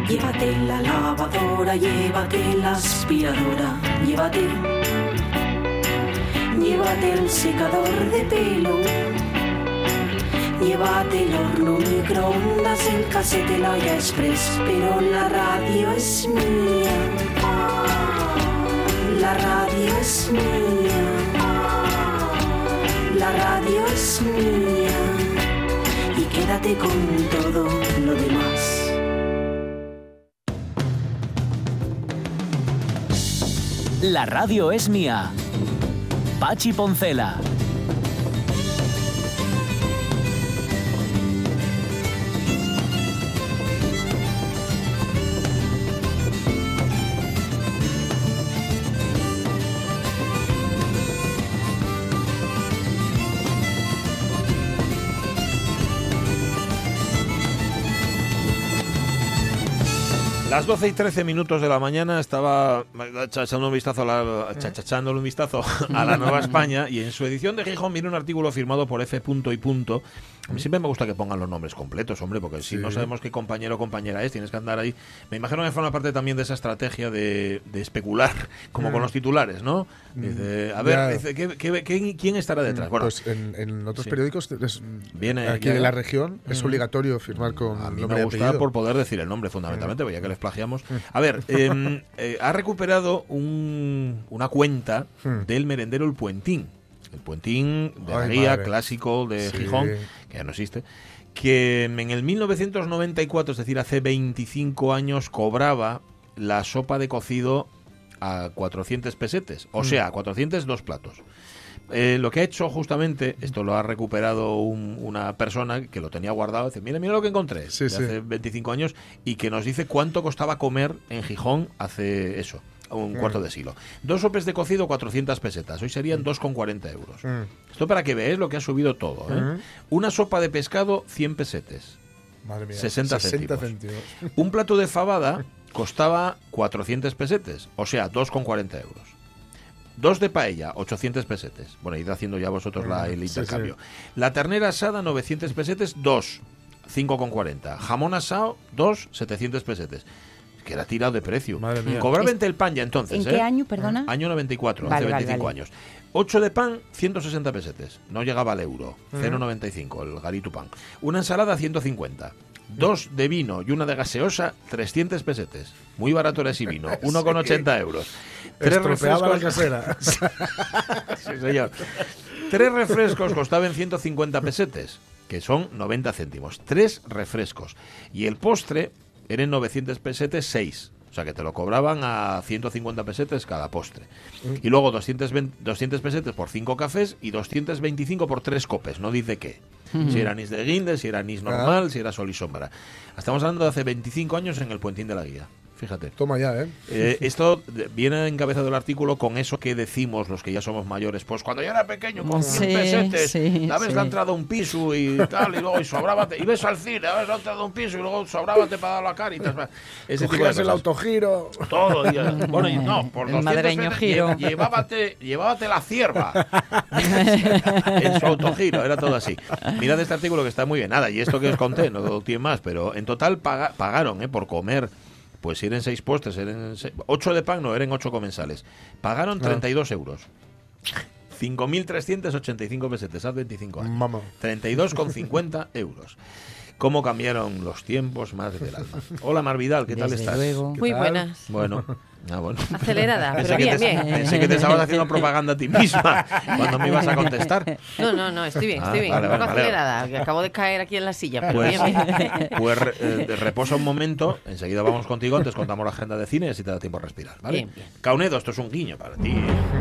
Llévate la lavadora, llévate la aspiradora, llévate el secador de pelo, llévate el horno, microondas, el cassette, el olla express, pero la radio es mía, la radio es mía, la radio es mía, y quédate con todo lo demás. La radio es mía. Pachi Poncela. Las 12 y 13 minutos de la mañana estaba echándole un vistazo a la Nueva España, y en su edición de Gijón viene un artículo firmado por F. y. A mí siempre me gusta que pongan los nombres completos, hombre, porque si no sabemos qué compañero o compañera es, tienes que andar ahí. Me imagino que forma parte también de esa estrategia de especular, como con los titulares, ¿no? Dice, a ver, ¿quién estará detrás? Bueno, pues en otros periódicos viene aquí de la región es obligatorio firmar con a mí nombre me y gusta apellido. por poder decir el nombre, fundamentalmente, porque ya que les plagiamos. A ver, ha recuperado una cuenta del merendero El Puentín. El Puentín de la guía clásico de Gijón, que ya no existe, que en el 1994, es decir, hace 25 años, cobraba la sopa de cocido a 400 pesetes, o sea, 400 2 platos. Lo que ha hecho justamente, esto lo ha recuperado una persona que lo tenía guardado, dice, mira lo que encontré, hace 25 años, y que nos dice cuánto costaba comer en Gijón hace eso, un cuarto de siglo. 2 sopes de cocido, 400 pesetas, hoy serían 2,40 euros. Esto para que veáis lo que ha subido todo, ¿eh? Una sopa de pescado, 100 pesetes. Madre mía, 60 céntimos. Un plato de fabada costaba 400 pesetes, o sea, 2,40 euros. 2 de paella, 800 pesetes. Bueno, id haciendo ya vosotros el intercambio. La ternera asada, 900 pesetes, 2, 5,40. Jamón asado, 2, 700 pesetes. Que era tirado de precio. Madre mía. Cobraba el pan ya entonces. ¿En qué año, perdona? Año 94, hace 25 años. 8 de pan, 160 pesetes. No llegaba al euro. 0,95 el garito pan. Una ensalada, 150. 2 de vino y una de gaseosa, 300 pesetes. Muy barato era ese vino. 1,80 euros. 3 refrescos. La casera. Sí, señor. 3 refrescos costaban 150 pesetes, que son 90 céntimos. 3 refrescos. Y el postre eran 900 pesetes, 6. O sea, que te lo cobraban a 150 pesetes cada postre. Y luego 200 pesetes por 5 cafés y 225 por 3 copes. No dice qué. Si era anís de guinda, si era anís normal, si era sol y sombra. Estamos hablando de hace 25 años en el Puentín de la Guía. Fíjate. Toma ya, esto viene encabezado el artículo con eso que decimos los que ya somos mayores. Pues cuando yo era pequeño, con 100 pesetes, dabes la entrada a un piso y tal, y luego sobrábate. Y ves al cine, dabes la entrada a un piso y luego sobrábate para dar la Caritas. Ese tipo de cosas. El autogiro. Todo. Bueno, y no, por 200 pesetes giro. Llevábate la cierva. En su autogiro, era todo así. Mirad este artículo que está muy bien. Nada, y esto que os conté, no tiene más, pero en total pagaron por comer. Pues si eran 6 postres, eran 8 de pan, no, eran 8 comensales. Pagaron 32 euros. 5.385 pesetes, hace 25 años. Mamá. 32,50 euros. ¿Cómo cambiaron los tiempos, madre del alma? Hola, Mar Vidal, ¿qué tal estás? Muy buenas. Bueno. Acelerada, pero bien. Pensé que te estabas haciendo propaganda a ti misma cuando me ibas a contestar. No, estoy bien. Vale, un poco acelerada, que acabo de caer aquí en la silla, pero bien. Pues reposa un momento, enseguida vamos contigo, antes contamos la agenda de cine y así te da tiempo a respirar, ¿vale? Bien. Caunedo, esto es un guiño para ti.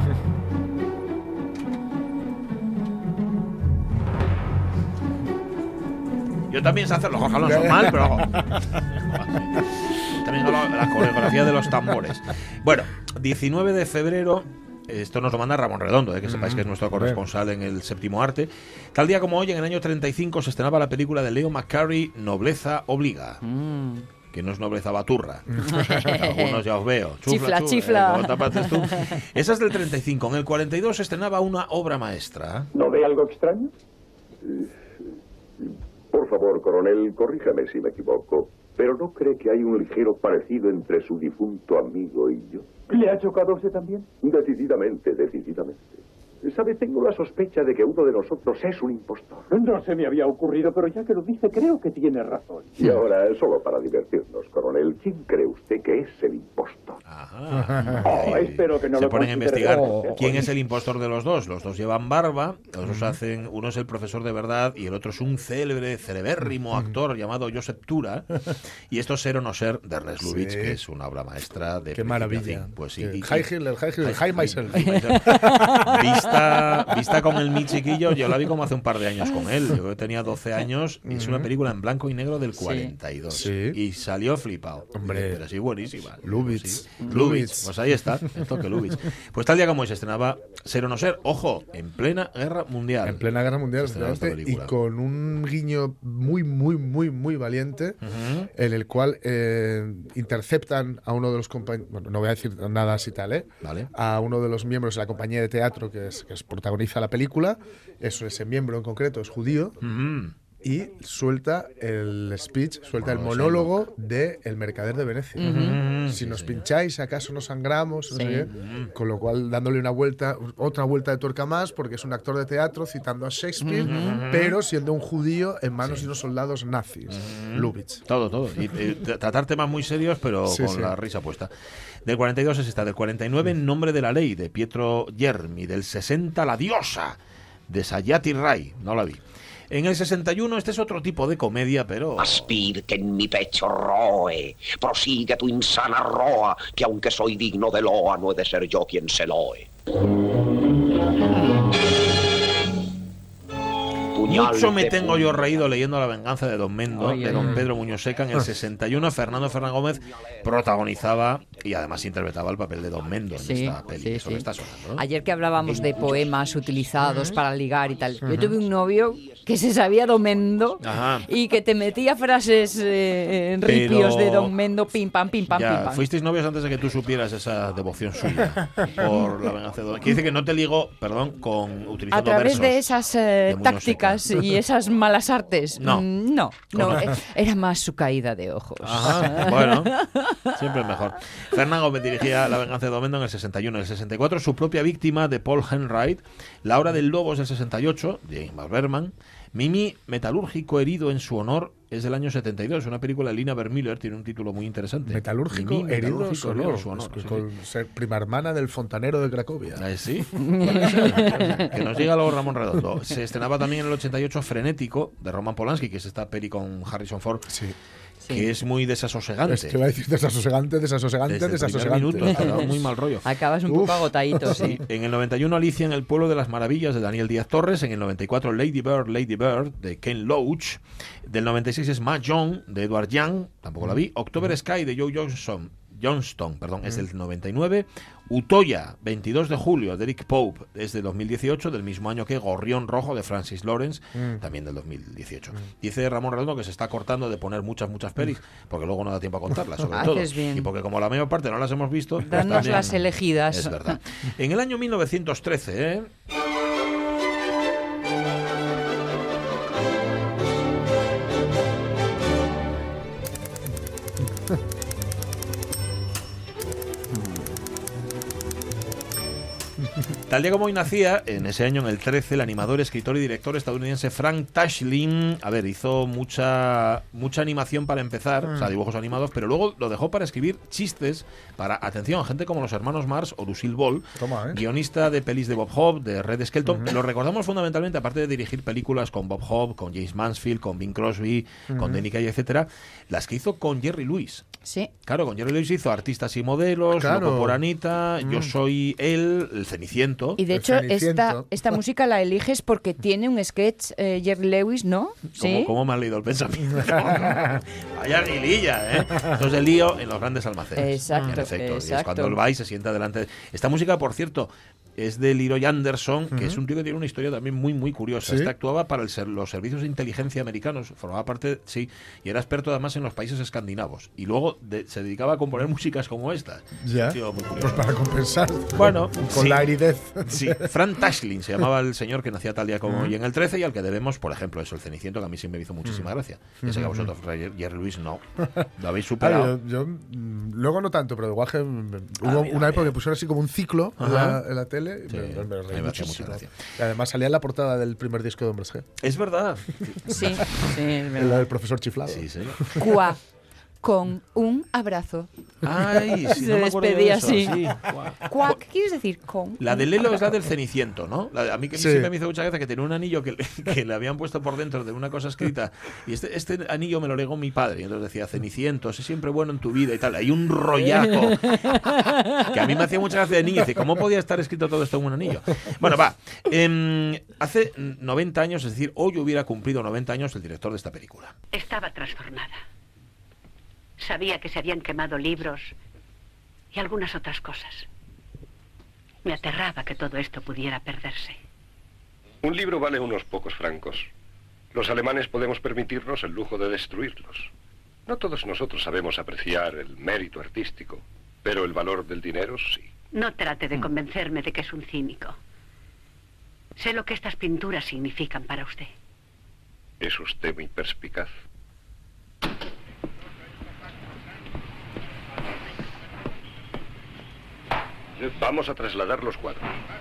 Yo también sé hacerlo, Jorge Alonso, mal, pero hago. También la coreografía de los tambores. Bueno, 19 de febrero, esto nos lo manda Ramón Redondo, que sepáis que es nuestro corresponsal en el Séptimo Arte. Tal día como hoy, en el año 35, se estrenaba la película de Leo McCarthy, Nobleza Obliga. Que no es nobleza baturra. Algunos ya os veo. Chifla. Tú. Esa es del 35. En el 42 se estrenaba una obra maestra. ¿No ve algo extraño? Por favor, coronel, corríjame si me equivoco, pero ¿no cree que hay un ligero parecido entre su difunto amigo y yo? ¿Le ha chocado a usted también? Decididamente, decididamente. ¿Sabe? Tengo la sospecha de que uno de nosotros es un impostor. No se me había ocurrido, pero ya que lo dice, creo que tiene razón. Y ahora, solo para divertirnos, coronel, ¿quién cree usted que es el impostor? Ajá. Espero que no Se lo ponen a considere investigar grave. quién es el impostor de los dos. Los dos llevan barba, los dos hacen, uno es el profesor de verdad y el otro es un celebérrimo actor llamado Josep Tura. Y esto es Ser o no ser de Ernest Lubitsch, que es una obra maestra de Qué maravilla. Pues sí. El High Myself. Vista con el mi chiquillo, yo la vi como hace un par de años con él. Yo tenía 12 años y es una película en blanco y negro del 42. Sí. Y salió flipado. Hombre. Pero sí, buenísima. Lubitsch. Sí. Lubitsch. Pues ahí está, el toque Lubitsch. Pues tal día como hoy se estrenaba Ser o no ser, ojo, en plena guerra mundial. En plena guerra mundial, Se estrenaba esta efectivamente, y película. con un guiño muy valiente, en el cual interceptan a uno de los compañeros, bueno, no voy a decir nada así tal, Vale. a uno de los miembros de la compañía de teatro que protagoniza la película. Ese miembro en concreto es judío. Y suelta el speech, suelta el monólogo de El mercader de Venecia. Si nos pincháis, ¿acaso no sangramos? No sé qué. Con lo cual, dándole otra vuelta de tuerca más, porque es un actor de teatro citando a Shakespeare, pero siendo un judío en manos de unos soldados nazis. Lubitsch. Todo. Y tratar temas muy serios, pero con la risa puesta. Del 42 es esta. Del 49, En nombre de la ley, de Pietro Germi. Del 60, La diosa, de Sayati Ray. No la vi. En el 61, este es otro tipo de comedia, pero... Aspir que en mi pecho roe, prosigue tu insana roa, que aunque soy digno de loa, no he de ser yo quien se loe. Mucho me tengo yo reído leyendo La venganza de Don Mendo, de don Pedro Muñoz Seca. En el 61, Fernando Fernán Gómez protagonizaba y además interpretaba el papel de Don Mendo en esta peli. Eso me está sonando, ¿no? Ayer que hablábamos de poemas utilizados para ligar y tal, yo tuve un novio que se sabía Don Mendo y que te metía frases ripios de Don Mendo, pim pam, pim pam, pim pam. ¿Fuisteis novios antes de que tú supieras esa devoción suya por La venganza de Don Mendo? Quiere decir que no te ligó, con utilizando a través versos de esas tácticas y esas malas artes. No, era más su caída de ojos. Bueno, siempre es mejor. Fernán Gómez dirigía La venganza de Don Mendo en el 61. En el 64, su propia víctima, de Paul Henright. La hora del lobo es del 68, de Ingmar Bergman. Mimi, metalúrgico herido en su honor, es del año 72. Una película de Lina Vermüller, tiene un título muy interesante. Metalúrgico, Mimi, herido en su honor. Sí. Ser prima hermana del fontanero de Cracovia. Sí. Que nos diga luego Ramón Redondo. Se estrenaba también en el 88 Frenético, de Roman Polanski, que es esta peli con Harrison Ford. Que es muy desasosegante. Es que va a decir desasosegante. Desde el primer minuto, te da muy mal rollo. Acabas un poco agotadito, sí. En el 91, Alicia en el pueblo de las maravillas, de Daniel Díaz Torres. En el 94, Lady Bird, de Ken Loach. Del 96 es Mahjong, de Edward Young, tampoco la vi. October Sky, de Joe Johnston, es del 99. Utoya, 22 de julio, de Eric Pope, es de 2018, del mismo año que Gorrión Rojo, de Francis Lawrence, también del 2018. Dice Ramón Redondo que se está cortando de poner muchas pelis, porque luego no da tiempo a contarlas, sobre todo. Bien. Y porque como la mayor parte no las hemos visto... Danos las elegidas. Es verdad. En el año 1913, tal día como hoy nacía, en ese año, en el 13, el animador, escritor y director estadounidense Frank Tashlin. Hizo mucha animación para empezar, o sea, dibujos animados, pero luego lo dejó para escribir chistes para, atención, gente como los hermanos Mars o Lucille Ball, guionista de pelis de Bob Hope, de Red Skelton. Lo recordamos fundamentalmente, aparte de dirigir películas con Bob Hope, con James Mansfield, con Bing Crosby, con Danny Kaye, etcétera, las que hizo con Jerry Lewis. Sí. Claro, con Jerry Lewis hizo Artistas y Modelos, Loco por Anita, Yo soy él, El Ceniciento. Y de hecho, esta música la eliges porque tiene un sketch Jerry Lewis, ¿no? ¿Sí? ¿Cómo me has leído el pensamiento? Vaya guililla, ¿eh? Esto es el lío en los grandes almacenes. Exacto. Y es cuando él va y se sienta delante. Esta música, por cierto, es de Leroy Anderson, que es un tío que tiene una historia también muy, muy curiosa. ¿Sí? Este actuaba para los servicios de inteligencia americanos, formaba parte, sí, y era experto además en los países escandinavos. Y luego se dedicaba a componer músicas como esta. Ya, Tío, muy pues curioso. para compensar. Bueno, con sí. la aridez. Sí, Frank Tashlin se llamaba el señor que nacía tal día como hoy en el 13 y al que debemos, por ejemplo, eso, el Ceniciento, que a mí sí me hizo muchísima gracia. Ya sé que a vosotros, Jerry Lewis, no. Lo habéis superado. Yo, luego no tanto, pero igual que hubo una época que pusieron así como un ciclo en la tele. Sí, me reí me hacía muchísimo. mucha gracia. Y además salía en la portada del primer disco de Hombres G. Es verdad. Sí, es La verdad. del profesor chiflado. Sí, sí. Cuá, con un abrazo. Ay, sí, Se no me acuerdo de despedía eso, así. sí. Cuá, ¿qué quieres decir con? La de Lelo es la del Ceniciento, ¿no? A mí que Sí. siempre me hizo mucha gracia que tenía un anillo que le habían puesto por dentro de una cosa escrita y este anillo me lo legó mi padre y entonces decía Ceniciento, sé siempre bueno en tu vida y tal. Hay un rollaco que a mí me hacía mucha gracia de niño. Dice, ¿cómo podía estar escrito todo esto en un anillo? Bueno, va. Hace 90 años, es decir, hoy hubiera cumplido 90 años el director de esta película. Estaba trastornada. Sabía que se habían quemado libros y algunas otras cosas. Me aterraba que todo esto pudiera perderse. Un libro vale unos pocos francos. Los alemanes podemos permitirnos el lujo de destruirlos. No todos nosotros sabemos apreciar el mérito artístico, pero el valor del dinero sí. No trate de convencerme de que es un cínico. Sé lo que estas pinturas significan para usted. Es usted muy perspicaz. Vamos a trasladar los cuadros.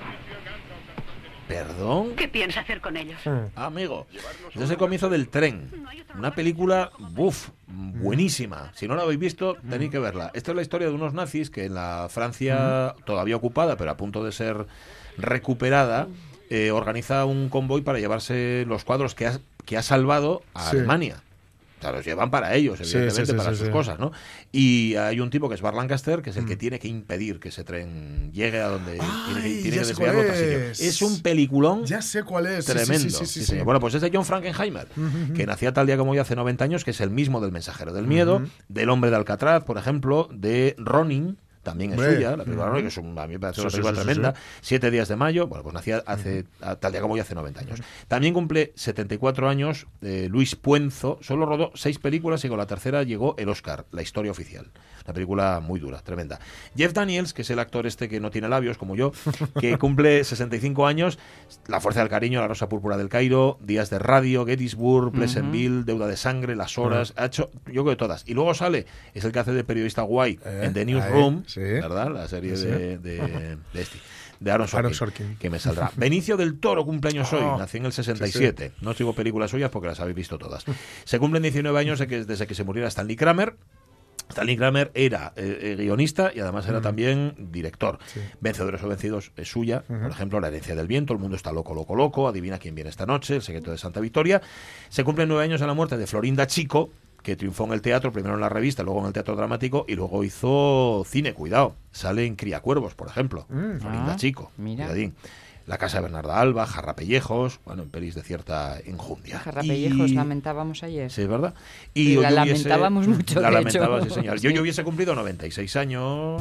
¿Perdón? ¿Qué piensa hacer con ellos? Amigo, este es el comienzo del Tren. Una película, buenísima. Si no la habéis visto, tenéis que verla. Esta es la historia de unos nazis que en la Francia todavía ocupada, pero a punto de ser recuperada, organiza un convoy para llevarse los cuadros que ha salvado a Alemania. O sea, los llevan para ellos, evidentemente, para sus cosas, ¿no? Y hay un tipo que es Burt Lancaster, que es el que tiene que impedir que ese tren llegue a donde tiene que desviarlo a otro sitio. Es un peliculón. Ya sé cuál es. Tremendo. Sí. Bueno, pues es de John Frankenheimer, que nacía tal día como hoy hace 90 años, que es el mismo del Mensajero del Miedo, del Hombre de Alcatraz, por ejemplo, de Ronin. También es suya, la película Ronin, que a mí me parece una película tremenda. 7 días de mayo, bueno, pues nacía tal día como hoy hace 90 años. También cumple 74 años Luis Puenzo, solo rodó 6 películas y con la tercera llegó el Oscar, La historia oficial. Una película muy dura, tremenda. Jeff Daniels, que es el actor este que no tiene labios, como yo, que cumple 65 años, La fuerza del cariño, La rosa púrpura del Cairo, Días de radio, Gettysburg, Pleasantville, Deuda de sangre, Las horas, ha hecho, yo creo que todas. Y luego sale, es el que hace de periodista guay en The Newsroom, ¿verdad? La serie de Aaron Sorkin, que me saldrá. Benicio del Toro, cumpleaños hoy, nació en el 67. No sigo películas suyas porque las habéis visto todas. Se cumplen 19 años desde que se muriera Stanley Kramer. Stanley Kramer era guionista y además era también director. Vencedores o vencidos es suya. Por ejemplo, La herencia del viento, El mundo está loco, loco, loco, Adivina quién viene esta noche, El secreto de Santa Victoria. Se cumplen 9 años de la muerte de Florinda Chico, que triunfó en el teatro, primero en la revista, luego en el teatro dramático y luego hizo cine, cuidado. Sale en Criacuervos, por ejemplo. Florinda Chico, cuidadín. La casa de Bernarda Alba, Jarrapellejos, bueno, en pelis de cierta enjundia. Jarrapellejos, lamentábamos ayer. Sí, es verdad. Y la lamentábamos mucho, la de lamentaba, hecho. sí, señor. Yo hubiese cumplido 96 años.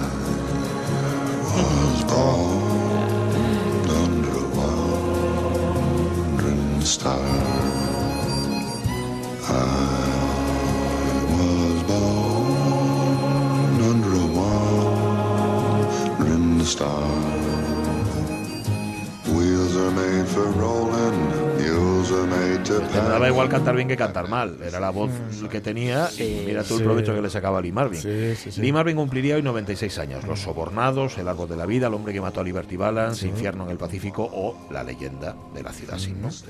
Me daba igual cantar bien que cantar mal. Era la voz que tenía y mira tú el provecho que le sacaba a Lee Marvin. Lee Marvin cumpliría hoy 96 años. Los sobornados, El árbol de la vida, El hombre que mató a Liberty Balance, Infierno en el Pacífico o La leyenda de la ciudad sin nombre.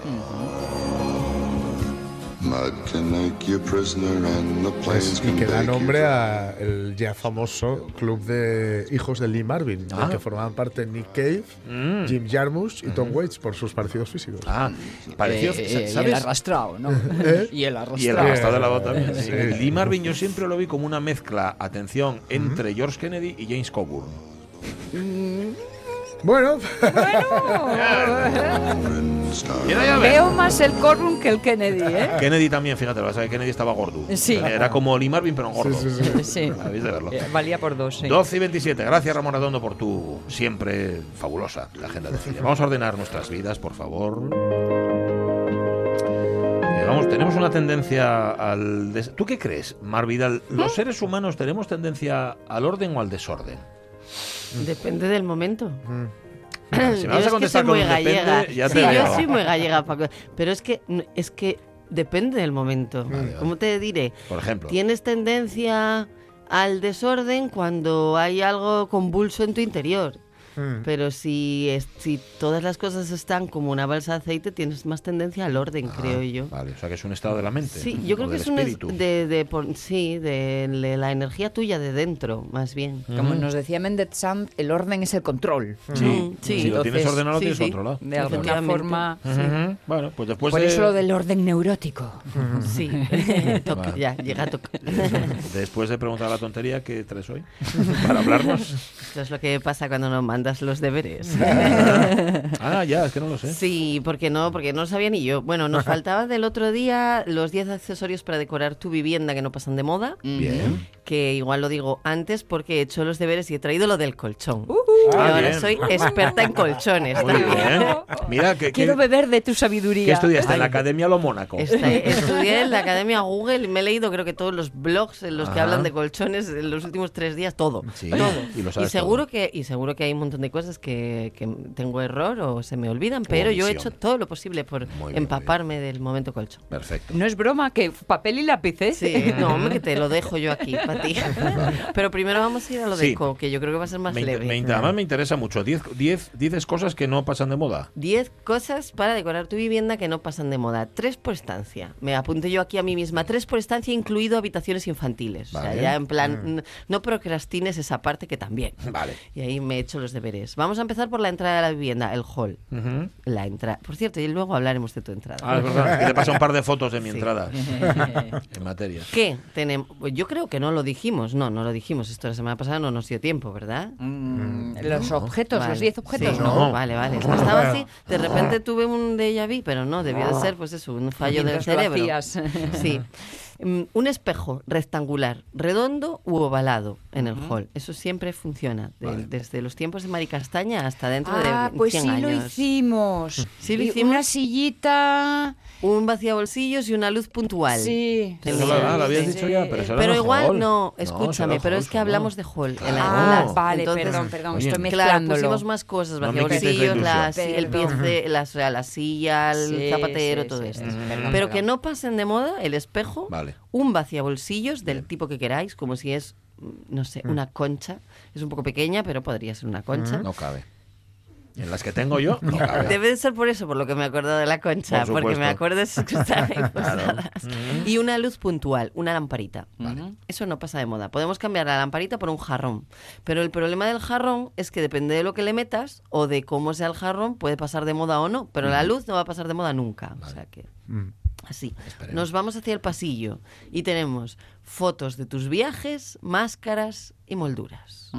Y que da nombre al ya famoso club de hijos de Lee Marvin, del que formaban parte Nick Cave, Jim Jarmusch y Tom Waits por sus parecidos físicos. Parecidos, ¿sabes? Y el arrastrado, ¿no? Y el arrastrado. Y el arrastrado de la voz también. Sí. Lee Marvin yo siempre lo vi como una mezcla, atención, entre George Kennedy y James Coburn. Bueno. Veo más el Corbyn que el Kennedy, ¿eh? Kennedy también, fíjate, lo que pasa es que Kennedy estaba gordo. Sí. Era como Lee Marvin, pero gordo. Sí. Habéis de verlo. Valía por 2, sí. 12:27. Gracias, Ramón Redondo, por tu siempre fabulosa agenda de cine. Vamos a ordenar nuestras vidas, por favor. Tenemos una tendencia al... ¿Tú qué crees, Mar Vidal? ¿Los seres humanos tenemos tendencia al orden o al desorden? Depende del momento. Si me vas a contestar con muy gallega. Depende, ya te Sí, digo. yo soy muy gallega, Paco. Pero es que depende del momento. Vale. ¿Cómo te diré? Por ejemplo. Tienes tendencia al desorden cuando hay algo convulso en tu interior. Pero si todas las cosas están como una balsa de aceite, tienes más tendencia al orden, creo yo. Vale, o sea que es un estado de la mente. Sí, yo creo que es de la energía tuya de dentro, más bien. Como nos decía Méndez Sanz, el orden es el control. Sí, sí. Si lo tienes Entonces, ordenado, lo tienes controlado. De alguna forma. Bueno, pues después Por eso lo del orden neurótico. Sí, toca, ya, llega a tocar. Después de preguntar la tontería, ¿qué traes hoy? Para hablarnos. Esto es lo que pasa cuando nos mandas los deberes. Ya, es que no lo sé. Sí, porque no sabía ni yo. Bueno, nos faltaba del otro día los 10 accesorios para decorar tu vivienda que no pasan de moda. Bien. Que igual lo digo antes porque he hecho los deberes y he traído lo del colchón. Y ahora bien. soy experta en colchones. Muy bien. Mira, Quiero beber de tu sabiduría. ¿Qué estudiaste? ¿En la Academia Lo Mónaco? Estudié en la Academia Google y me he leído creo que todos los blogs en los que hablan de colchones en los últimos 3 días, todo. Sí, todo. y lo sabes seguro todo. que hay un montón de cosas que tengo error o se me olvidan, pero yo he hecho todo lo posible por empaparme del momento colchón. Perfecto. No es broma, que papel y lápices. Sí, no, hombre, que te lo dejo yo aquí para ti. Pero primero vamos a ir a lo de Co, que yo creo que va a ser más leve. Además me interesa mucho. 10 cosas que no pasan de moda. 10 cosas para decorar tu vivienda que no pasan de moda. 3 por estancia. Me apunté yo aquí a mí misma. 3 por estancia, incluido habitaciones infantiles. Vale. O sea, ya en plan, no procrastines esa parte que también. Vale. Y ahí me he hecho los deberes. Vamos a empezar por la entrada de la vivienda, el hall. La entrada. Por cierto, y luego hablaremos de tu entrada. Es verdad. Que te paso un par de fotos de mi entrada. En materia. ¿Qué tenemos? Yo creo que no lo dijimos. No lo dijimos. Esto la semana pasada no nos dio tiempo, ¿verdad? Los objetos, Vale. los 10 objetos, Sí, ¿no? Vale. Es que estaba así. De repente tuve un déjà vu, pero no, debió de ser, pues eso, un fallo del Mientras lo cerebro. hacías. Sí. Un espejo rectangular, redondo u ovalado en el hall. Eso siempre funciona. Desde los tiempos de Mari Castaña hasta dentro de 100 pues sí años. lo hicimos. Sí lo Y hicimos. Una sillita. Un vaciabolsillos y una luz puntual. Sí. Eso lo habías dicho ya, pero eso era Pero en el igual, hall. no, escúchame, eso pero era es que hall, hablamos de hall. Vale, Entonces, perdón, Oye, estoy claro, mezclándolo. pusimos más cosas, No me quites la vaciabolsillos, el ilusión. piece, la silla, el Sí, zapatero, sí, todo sí, esto. sí, Pero que no pasen de moda el espejo, Vale. un vaciabolsillos del tipo que queráis, como si es, no sé, una concha. Es un poco pequeña, pero podría ser una concha. No cabe. En las que tengo yo, no cabe. Debe de ser por eso, por lo que me he acordado de la concha, Por porque supuesto. me acuerdo de esas que están ahí Claro. posadas. Y una luz puntual, una lamparita. Eso no pasa de moda. Podemos cambiar la lamparita por un jarrón, pero el problema del jarrón es que depende de lo que le metas o de cómo sea el jarrón, puede pasar de moda o no, pero la luz no va a pasar de moda nunca. O sea que... Así. Nos vamos hacia el pasillo y tenemos fotos de tus viajes, máscaras y molduras.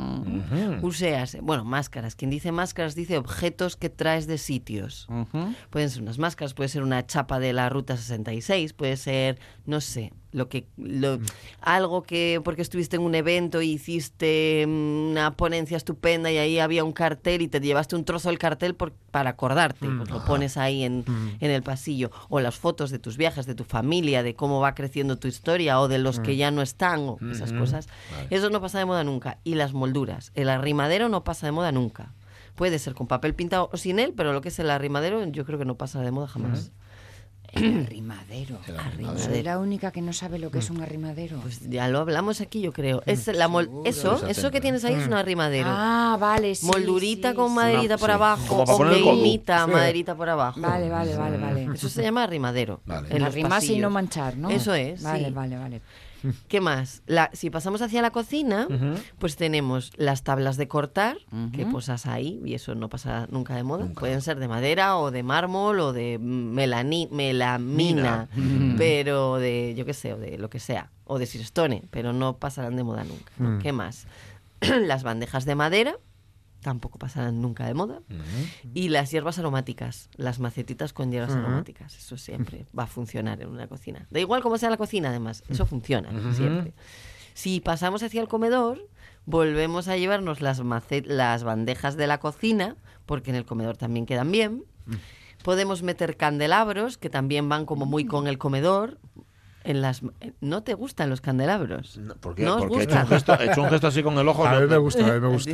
Useas, bueno, máscaras. Quien dice máscaras dice objetos que traes de sitios. Pueden ser unas máscaras, puede ser una chapa de la Ruta 66, puede ser, no sé, algo que porque estuviste en un evento y hiciste una ponencia estupenda y ahí había un cartel y te llevaste un trozo del cartel para acordarte, pues lo pones ahí en el pasillo. O las fotos de tus viajes, de tu familia, de cómo va creciendo tu historia o de los que ya no están o esas cosas. Vale. Eso no pasa de moda nunca. Y las molduras, el arrimadero no pasa de moda nunca. Puede ser con papel pintado o sin él, pero lo que es el arrimadero yo creo que no pasa de moda jamás. El arrimadero. Soy la única que no sabe lo que es un arrimadero. Pues ya lo hablamos aquí, yo creo. Es eso que tienes ahí es un arrimadero. Ah, vale, sí. Moldurita sí, con sí. maderita por abajo Como para o poner que el codo. imita maderita por abajo. Vale. Eso se llama arrimadero. Vale. en los Arrimarse y pasillos. no manchar, ¿no? Eso es, Vale, sí. vale. ¿Qué más? Si pasamos hacia la cocina, pues tenemos las tablas de cortar, que posas ahí, y eso no pasa nunca de moda. Pueden ser de madera o de mármol o de melamina, pero de, yo qué sé, o de lo que sea, o de silestone, pero no pasarán de moda nunca. ¿Qué más? Las bandejas de madera, tampoco pasarán nunca de moda. Y las hierbas aromáticas, las macetitas con hierbas aromáticas, eso siempre va a funcionar en una cocina. Da igual cómo sea la cocina, además, eso funciona siempre. Si pasamos hacia el comedor, volvemos a llevarnos las bandejas de la cocina, porque en el comedor también quedan bien. Podemos meter candelabros, que también van como muy con el comedor. ¿No te gustan los candelabros? No, ¿por qué? ¿No os Porque gustan? he hecho un gesto así con el ojo. A mí me gusta.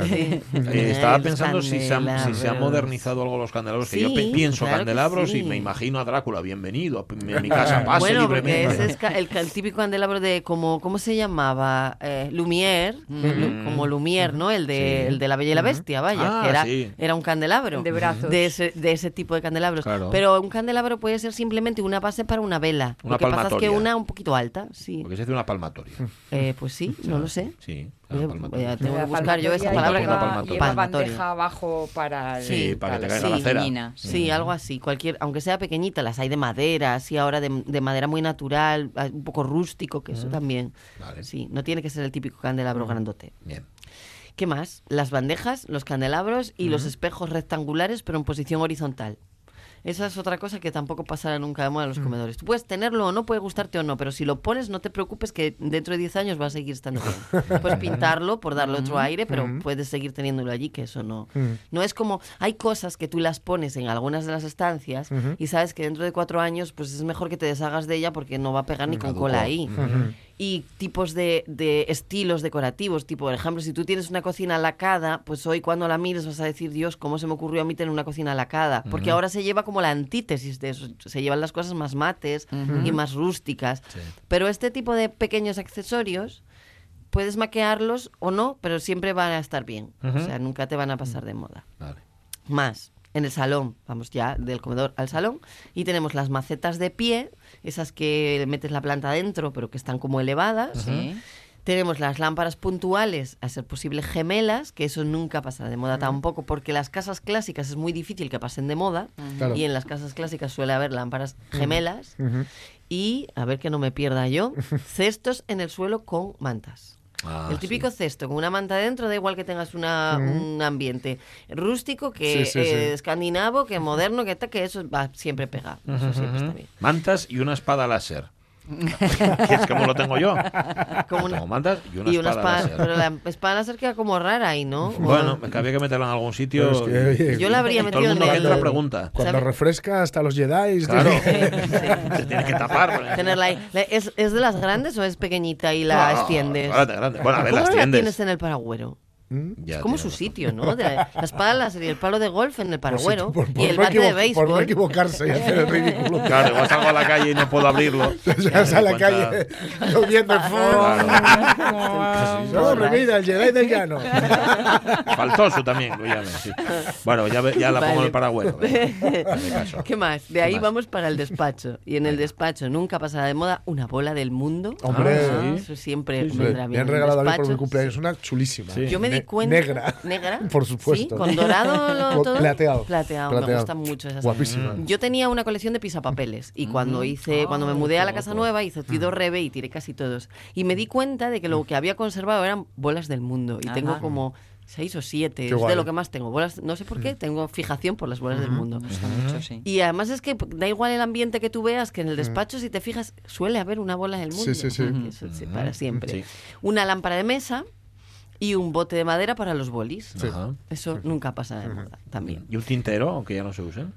Estaba pensando si se han modernizado algo los candelabros, que yo pienso claro candelabros y me imagino a Drácula, bienvenido a mi casa, pase libremente. Bueno, porque ese es el típico candelabro de, ¿cómo se llamaba? Lumière, como Lumière, ¿no? El de La Bella y la Bestia, vaya, que era un candelabro. De brazos. De ese tipo de candelabros. Claro. Pero un candelabro puede ser simplemente una base para una vela. Una Lo que pasa es palmatoria. que una un poquito alta, sí. Porque se hace una palmatoria. Pues sí, no lo sé. Sí, Tengo que buscar yo esa palabra. Lleva bandeja abajo para para que te caiga la cera. Sí, algo así. Aunque sea pequeñita, las hay de madera, así ahora de madera muy natural, un poco rústico, que eso también. Vale. Sí, no tiene que ser el típico candelabro grandote. Bien. ¿Qué más? Las bandejas, los candelabros y los espejos rectangulares, pero en posición horizontal. Esa es otra cosa que tampoco pasará nunca de moda en los comedores. Tú puedes tenerlo o no, puede gustarte o no, pero si lo pones, no te preocupes que dentro de 10 años va a seguir estando bien. Puedes pintarlo por darle otro aire, pero puedes seguir teniéndolo allí, que eso no... No es como... Hay cosas que tú las pones en algunas de las estancias y sabes que dentro de 4 años pues es mejor que te deshagas de ella porque no va a pegar ni con cola ahí. Y tipos de estilos decorativos, tipo, por ejemplo, si tú tienes una cocina lacada, pues hoy cuando la mires vas a decir, Dios, ¿cómo se me ocurrió a mí tener una cocina lacada? Porque ahora se lleva como la antítesis de eso, se llevan las cosas más mates y más rústicas. Sí. Pero este tipo de pequeños accesorios, puedes maquearlos o no, pero siempre van a estar bien. O sea, nunca te van a pasar de moda. Vale. Más. En el salón, vamos ya del comedor al salón, y tenemos las macetas de pie, esas que metes la planta adentro, pero que están como elevadas. Sí. Tenemos las lámparas puntuales, a ser posible gemelas, que eso nunca pasa de moda tampoco, porque las casas clásicas es muy difícil que pasen de moda, y en las casas clásicas suele haber lámparas gemelas, y, a ver que no me pierda yo, cestos en el suelo con mantas. El típico cesto con una manta dentro, da igual que tengas un ambiente rústico, que escandinavo, que moderno, que eso va siempre pegado. Eso siempre está bien. Mantas y una espada láser. Que es como lo tengo yo. Tengo mantas y una espada láser. Pero la espada láser queda como rara ahí, ¿no? Bueno, había que meterla en algún sitio. Es que, oye, yo la habría metido todo el mundo en la pregunta. Cuando refresca hasta los Jedi. Claro. Se tiene que tapar. Tenerla ahí. ¿Es de las grandes o es pequeñita y la extiendes? Grande. Bueno, a ver, ¿Cómo la extiendes. la tienes en el paragüero? Ya es como su sitio, ¿no? La espada láser y el palo de golf en el paragüero por y el bate de béisbol. Por no equivocarse y hacer el ridículo. Claro, igual salgo a la calle y no puedo abrirlo. Salgas a la calle lloviendo el fuego. No, mira, el Jedi del llano. Faltoso también, lo llame, sí. Bueno, ya la pongo en el paragüero. ¿Qué más? De ahí vamos para el despacho. Y en el despacho nunca pasará de moda una bola del mundo. Hombre, eso siempre vendrá bien. Me han regalado a mí por mi cumpleaños una chulísima. Yo me di cuenta. Negra. Por supuesto. Sí, con dorado todo. Plateado. Me gustan mucho esas. Guapísima. Yo tenía una colección de pisapapeles y cuando me mudé a la casa nueva hice Tido Rebe y tiré casi todos. Y me di cuenta de que lo que había conservado eran bolas del mundo. Y tengo como 6 o 7, es de lo que más tengo. Bolas, no sé por qué, tengo fijación por las bolas del mundo. Mucho, sí. Y además es que da igual el ambiente que tú veas, que en el despacho, si te fijas, suele haber una bola del mundo. Sí. Eso, para siempre. Una lámpara de mesa y un bote de madera para los bolis. Eso nunca pasa de moda también. ¿Y un tintero, aunque ya no se use?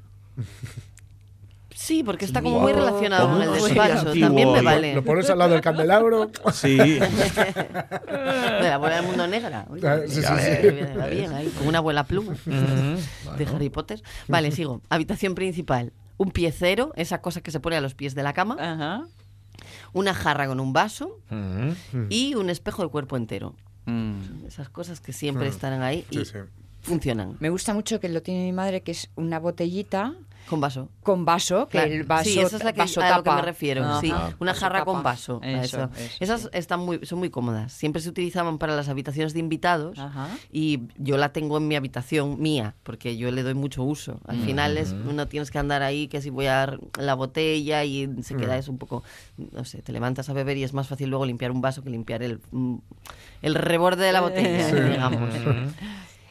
Sí, porque está como muy relacionado con el despacho. También me vale. Lo pones al lado del candelabro. Sí. De la bola del mundo negra. Oye, sí. Bien, ahí, con una abuela pluma de Harry Potter. Vale, sigo. Habitación principal. Un piecero, esa cosa que se pone a los pies de la cama. Una jarra con un vaso. Y un espejo de cuerpo entero. Esas cosas que siempre estarán ahí y funcionan. Me gusta mucho que lo tiene mi madre, que es una botellita con vaso. Que el vaso, sí, esa es a lo que me refiero. Sí, una jarra tapa. con vaso. Eso. Esas son muy cómodas. Siempre se utilizaban para las habitaciones de invitados y yo la tengo en mi habitación mía porque yo le doy mucho uso. Al final no tienes que andar ahí que si voy a dar la botella y se queda eso un poco, no sé, te levantas a beber y es más fácil luego limpiar un vaso que limpiar el reborde de la botella, digamos.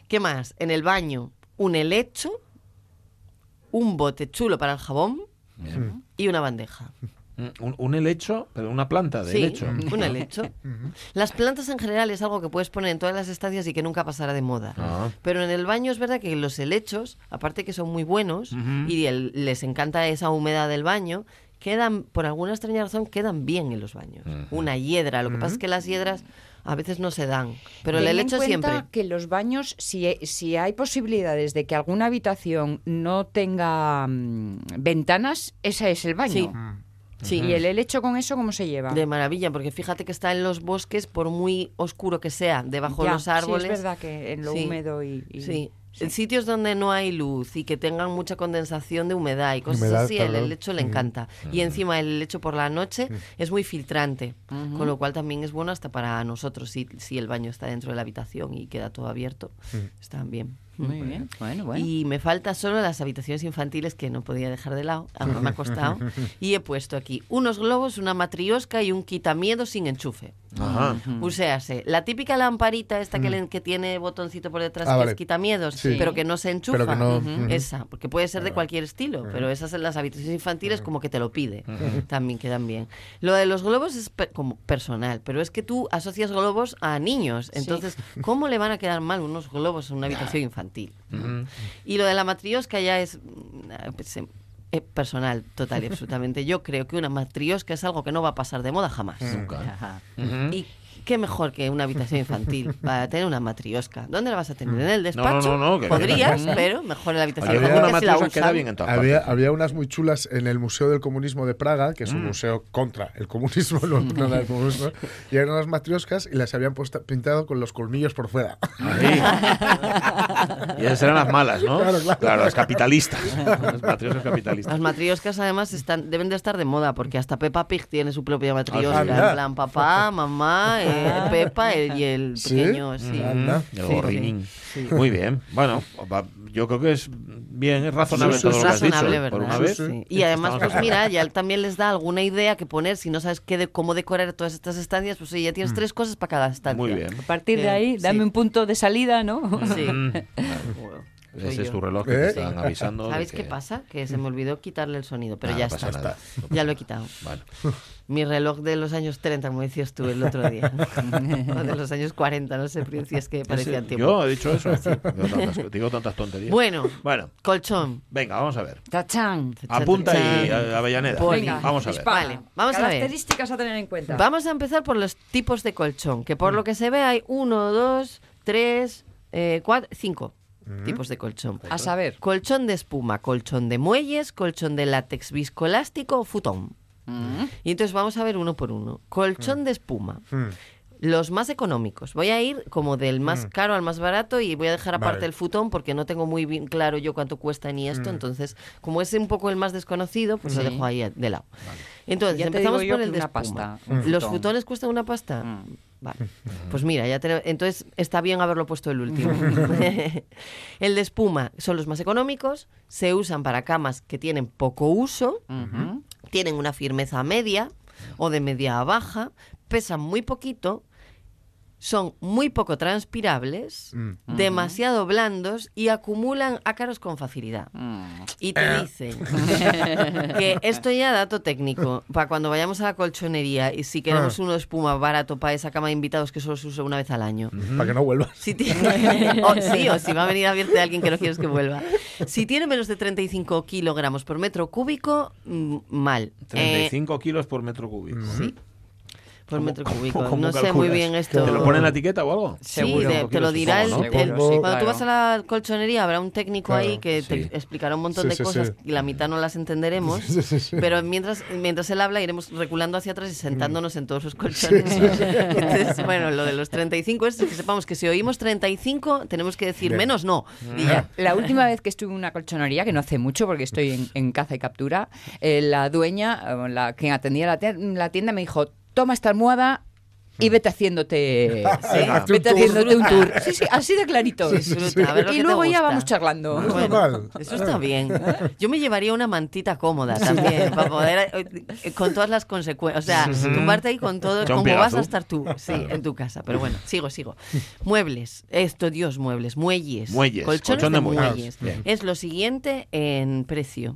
¿Qué más? En el baño, un helecho, un bote chulo para el jabón y una bandeja. Un helecho, pero una planta de helecho. Un helecho. Las plantas en general es algo que puedes poner en todas las estancias y que nunca pasará de moda. Pero en el baño es verdad que los helechos, aparte que son muy buenos y les encanta esa humedad del baño, quedan, por alguna extraña razón, quedan bien en los baños. Una hiedra. Lo que pasa es que las hiedras a veces no se dan, pero el helecho siempre. Que los baños, si hay posibilidades de que alguna habitación no tenga ventanas, ese es el baño. Sí. Sí. ¿Y el helecho con eso cómo se lleva? De maravilla, porque fíjate que está en los bosques, por muy oscuro que sea, debajo de los árboles. Sí, es verdad que en lo húmedo y... Sí. En sitios donde no hay luz y que tengan mucha condensación de humedad y cosas así, el helecho le encanta. Y encima el helecho por la noche es muy filtrante, con lo cual también es bueno hasta para nosotros si el baño está dentro de la habitación y queda todo abierto. Están bien. Muy bien, bueno. Y me falta solo las habitaciones infantiles que no podía dejar de lado, aunque me ha costado. Y he puesto aquí unos globos, una matriosca y un quitamiedo sin enchufe. O sea, la típica lamparita esta que tiene botoncito por detrás que es quitamiedos, pero que no se enchufa. Pero que no, esa, porque puede ser de cualquier estilo, pero esas en las habitaciones infantiles como que te lo pide. También quedan bien. Lo de los globos es como personal, pero es que tú asocias globos a niños. Entonces, ¿cómo le van a quedar mal unos globos en una habitación infantil? Y lo de la matriosca ya es personal, total y absolutamente. Yo creo que una matriosca es algo que no va a pasar de moda jamás. Nunca. Y qué mejor que una habitación infantil para tener una matriosca. ¿Dónde la vas a tener? ¿En el despacho? No, podrías, pero mejor en la habitación infantil. Una matriosca queda bien en todas partes. Había unas muy chulas en el Museo del Comunismo de Praga, que es un museo contra el comunismo, no el comunismo, y eran unas matrioscas y las habían pintado con los colmillos por fuera. Y esas eran las malas, ¿no? Claro, las capitalistas. Las matrioscas capitalistas. Las matrioscas además deben de estar de moda, porque hasta Peppa Pig tiene su propia matriosca. En plan, papá, mamá, Peppa y el pequeño. El gorrinín. Muy bien. Bueno, yo creo que es bien, es razonable todo lo que has dicho. ¿Verdad? Por una vez. Y además, pues mira, ya también les da alguna idea que poner. Si no sabes cómo decorar todas estas estancias, pues ya tienes 3 cosas para cada estancia. Muy bien. A partir de ahí, dame un punto de salida, ¿no? Sí. Ese es tu reloj que te están avisando. ¿Sabes qué pasa? Que se me olvidó quitarle el sonido, pero ya está. Nada. Ya lo he quitado. Bueno. Mi reloj de los años 30, como decías tú el otro día. O de los años 40, no sé, pero decías que parecían tiempo. Yo he dicho eso. Digo tantas tonterías. Bueno, colchón. Venga, vamos a ver. ¡Tachán! Apunta ahí, Avellaneda. Venga, vamos a ver. Vale, vamos a ver. Características a tener en cuenta. Vamos a empezar por los tipos de colchón, que por lo que se ve hay 1, 2, 3, 4, 5 tipos de colchón. A saber. Colchón de espuma, colchón de muelles, colchón de látex viscoelástico o futón. Y entonces vamos a ver uno por uno. Colchón de espuma. Los más económicos. Voy a ir como del más caro al más barato y voy a dejar aparte el futón porque no tengo muy bien claro yo cuánto cuesta ni esto. Entonces, como es un poco el más desconocido, pues lo dejo ahí de lado. Entonces, empezamos por el de espuma. Pasta, ¿Los futones cuestan una pasta? Vale. Pues mira, entonces está bien haberlo puesto el último. El de espuma son los más económicos, se usan para camas que tienen poco uso, tienen una firmeza media o de media a baja, pesan muy poquito, son muy poco transpirables, demasiado blandos y acumulan ácaros con facilidad. Y te dicen que esto ya dato técnico, para cuando vayamos a la colchonería y si queremos uno de espuma barato para esa cama de invitados que solo se usa una vez al año. Para que no vuelva. o si va a venir a verte alguien que no quieres que vuelva. Si tiene menos de 35 kilogramos por metro cúbico, mal. 35 kilos por metro cúbico. Sí. Por metro cúbico. No sé muy bien esto. ¿Te lo pone en la etiqueta o algo? Sí, te lo dirá cuando tú vas a la colchonería habrá un técnico ahí que te explicará un montón de cosas y la mitad no las entenderemos, pero mientras él habla iremos reculando hacia atrás y sentándonos en todos los colchones. Entonces, bueno, lo de los 35 es que sepamos que si oímos 35 tenemos que decir menos no. Y ya. La última vez que estuve en una colchonería, que no hace mucho porque estoy en caza y captura, la dueña, quien atendía la tienda me dijo: toma esta almohada y vete haciéndote, Vete haciéndote un tour. Sí, así de clarito. Disfruta, a ver lo que Y luego te ya gusta. vamos charlando. Bueno, eso está bien. Yo me llevaría una mantita cómoda también, para poder, con todas las consecuencias. O sea, tumbarte ahí con todo, como vas a estar tú, en tu casa. Pero bueno, sigo. Muebles. Muelles. Colchón de muelles. Es lo siguiente en precio.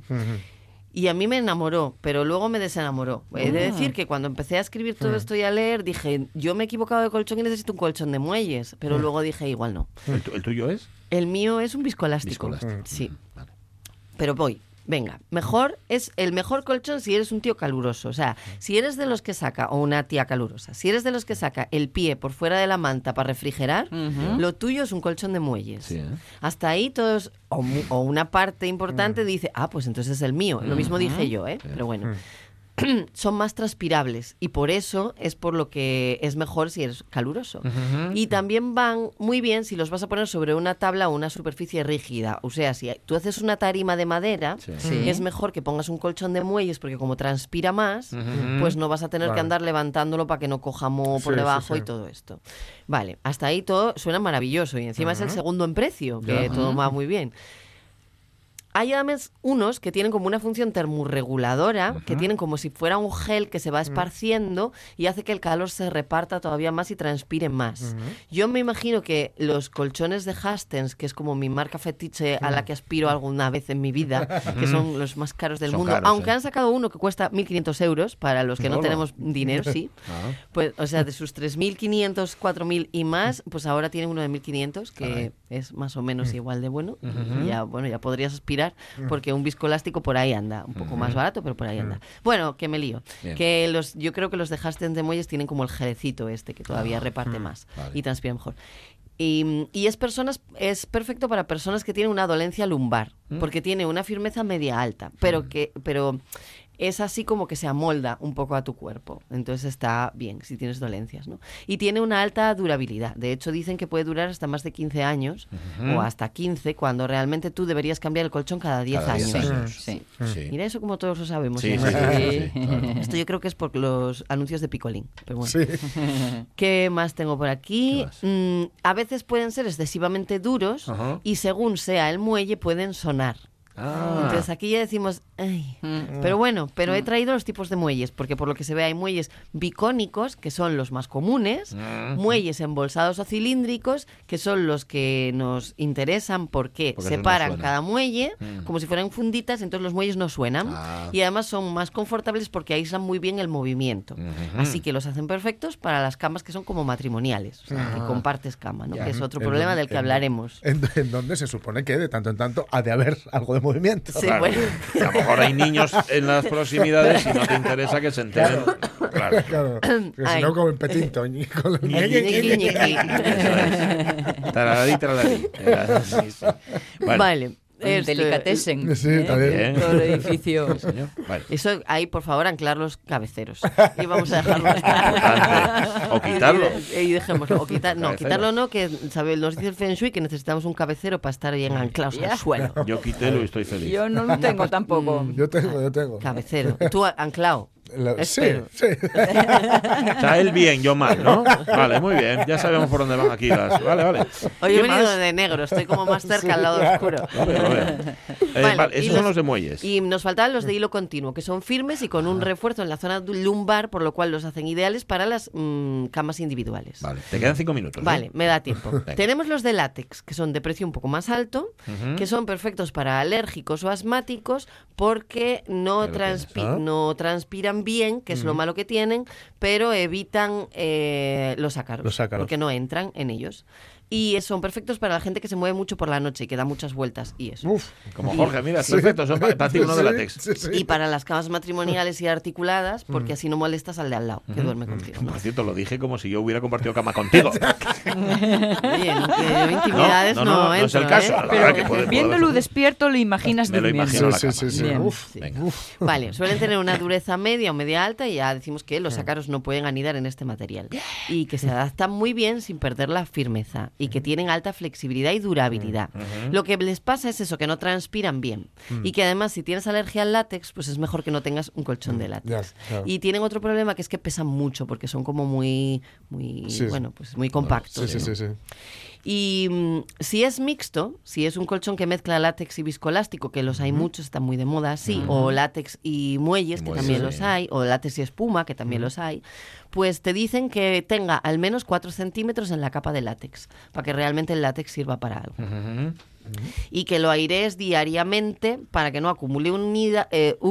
Y a mí me enamoró, pero luego me desenamoró. He de decir que cuando empecé a escribir todo esto y a leer, dije, yo me he equivocado de colchón y necesito un colchón de muelles. Pero luego dije, igual no. ¿El tuyo es? El mío es un viscoelástico. Sí. Vale. Pero voy. Venga, es el mejor colchón si eres un tío caluroso. O sea, si eres de los que saca, o una tía calurosa, si eres de los que saca el pie por fuera de la manta para refrigerar, lo tuyo es un colchón de muelles. Sí, Hasta ahí todos, o una parte importante dice, pues entonces es el mío. Lo mismo dije yo, pero bueno. Son más transpirables y por eso es por lo que es mejor si eres caluroso. Y también van muy bien si los vas a poner sobre una tabla o una superficie rígida. O sea, si tú haces una tarima de madera, es mejor que pongas un colchón de muelles porque como transpira más, pues no vas a tener que andar levantándolo para que no coja moho por debajo y todo esto. Vale, hasta ahí todo suena maravilloso y encima es el segundo en precio, que todo va muy bien. Hay además unos que tienen como una función termorreguladora, que tienen como si fuera un gel que se va esparciendo y hace que el calor se reparta todavía más y transpire más. Yo me imagino que los colchones de Hastings, que es como mi marca fetiche a la que aspiro alguna vez en mi vida, que son los más caros del mundo, caros, aunque han sacado uno que cuesta 1.500 euros, para los que no tenemos dinero, pues, o sea, de sus 3.500, 4.000 y más, pues ahora tienen uno de 1.500, que es más o menos igual de bueno. Y ya podrías aspirar porque un viscoelástico por ahí anda, un poco más barato, pero por ahí anda. Bueno, que me lío. Que yo creo que los de Hastings de muelles tienen como el gelecito este que todavía reparte más y transpira mejor. Y es perfecto para personas que tienen una dolencia lumbar, porque tiene una firmeza media alta, pero es así como que se amolda un poco a tu cuerpo. Entonces está bien si tienes dolencias, ¿no? Y tiene una alta durabilidad. De hecho, dicen que puede durar hasta más de 15 años o hasta 15, cuando realmente tú deberías cambiar el colchón cada 10 años. Sí. Mira, eso como todos lo sabemos. Claro. Esto yo creo que es por los anuncios de Picolín. Pero bueno. ¿Qué más tengo por aquí? A veces pueden ser excesivamente duros y según sea el muelle pueden sonar. Entonces aquí ya decimos, pero he traído los tipos de muelles, porque por lo que se ve hay muelles bicónicos, que son los más comunes, muelles embolsados o cilíndricos, que son los que nos interesan porque separan cada muelle como si fueran funditas, entonces los muelles no suenan y además son más confortables porque aíslan muy bien el movimiento. Así que los hacen perfectos para las camas que son como matrimoniales, o sea, que compartes cama, ¿no? Que es otro problema del que hablaremos. En donde se supone que de tanto en tanto ha de haber algo de movimiento. Sí, bueno. A lo mejor hay niños en las proximidades y no te interesa que se enteren. Claro. Porque si no, como en Petinto. Taraladí. Vale. Delicatessen. Sí, también. Todo el edificio. Sí, vale. Eso ahí, por favor, anclar los cabeceros. Y vamos a dejarlo. O quitarlo. Y dejémoslo. Quitarlo no, que nos dice el Feng Shui que necesitamos un cabecero para estar bien anclados al suelo. Yo quítelo y estoy feliz. Yo no lo tengo tampoco. Yo tengo. Cabecero. ¿Tú anclado? Sí. Está él bien, yo mal, ¿no? Vale, muy bien. Ya sabemos por dónde van aquí las... Vale. Hoy he venido de negro, estoy como más cerca al lado oscuro. Vale, esos son los de muelles. Y nos faltaban los de hilo continuo, que son firmes y con un refuerzo en la zona lumbar, por lo cual los hacen ideales para las camas individuales. Vale, te quedan 5 minutos. Vale, me da tiempo. Tenemos los de látex, que son de precio un poco más alto, que son perfectos para alérgicos o asmáticos porque no transpiran bien, que es lo malo que tienen, pero evitan los ácaros, porque no entran en ellos. Y son perfectos para la gente que se mueve mucho por la noche y que da muchas vueltas y eso. Como Jorge, mira, perfecto, son para ti uno de látex. Sí. Y para las camas matrimoniales y articuladas, porque así no molestas al de al lado, que duerme contigo. Por cierto, lo dije como si yo hubiera compartido cama contigo. Oye, intimidades no es el caso. Pero viéndolo despierto lo imaginas durmiendo. Me lo imagino la cama. Vale, suelen tener una dureza media o media alta y ya decimos que los ácaros no pueden anidar en este material. Y que se adaptan muy bien sin perder la firmeza. y que tienen alta flexibilidad y durabilidad. Lo que les pasa es eso, que no transpiran bien. Y que además, si tienes alergia al látex, pues es mejor que no tengas un colchón de látex. Y tienen otro problema, que es que pesan mucho, porque son como muy pues muy compactos. Sí. Y si es mixto, si es un colchón que mezcla látex y viscoelástico, que los hay muchos, están muy de moda así, o látex y muelles, que también los hay, o látex y espuma, que también los hay, pues te dicen que tenga al menos 4 centímetros en la capa de látex, para que realmente el látex sirva para algo. Y que lo airees diariamente para que no acumule humedad,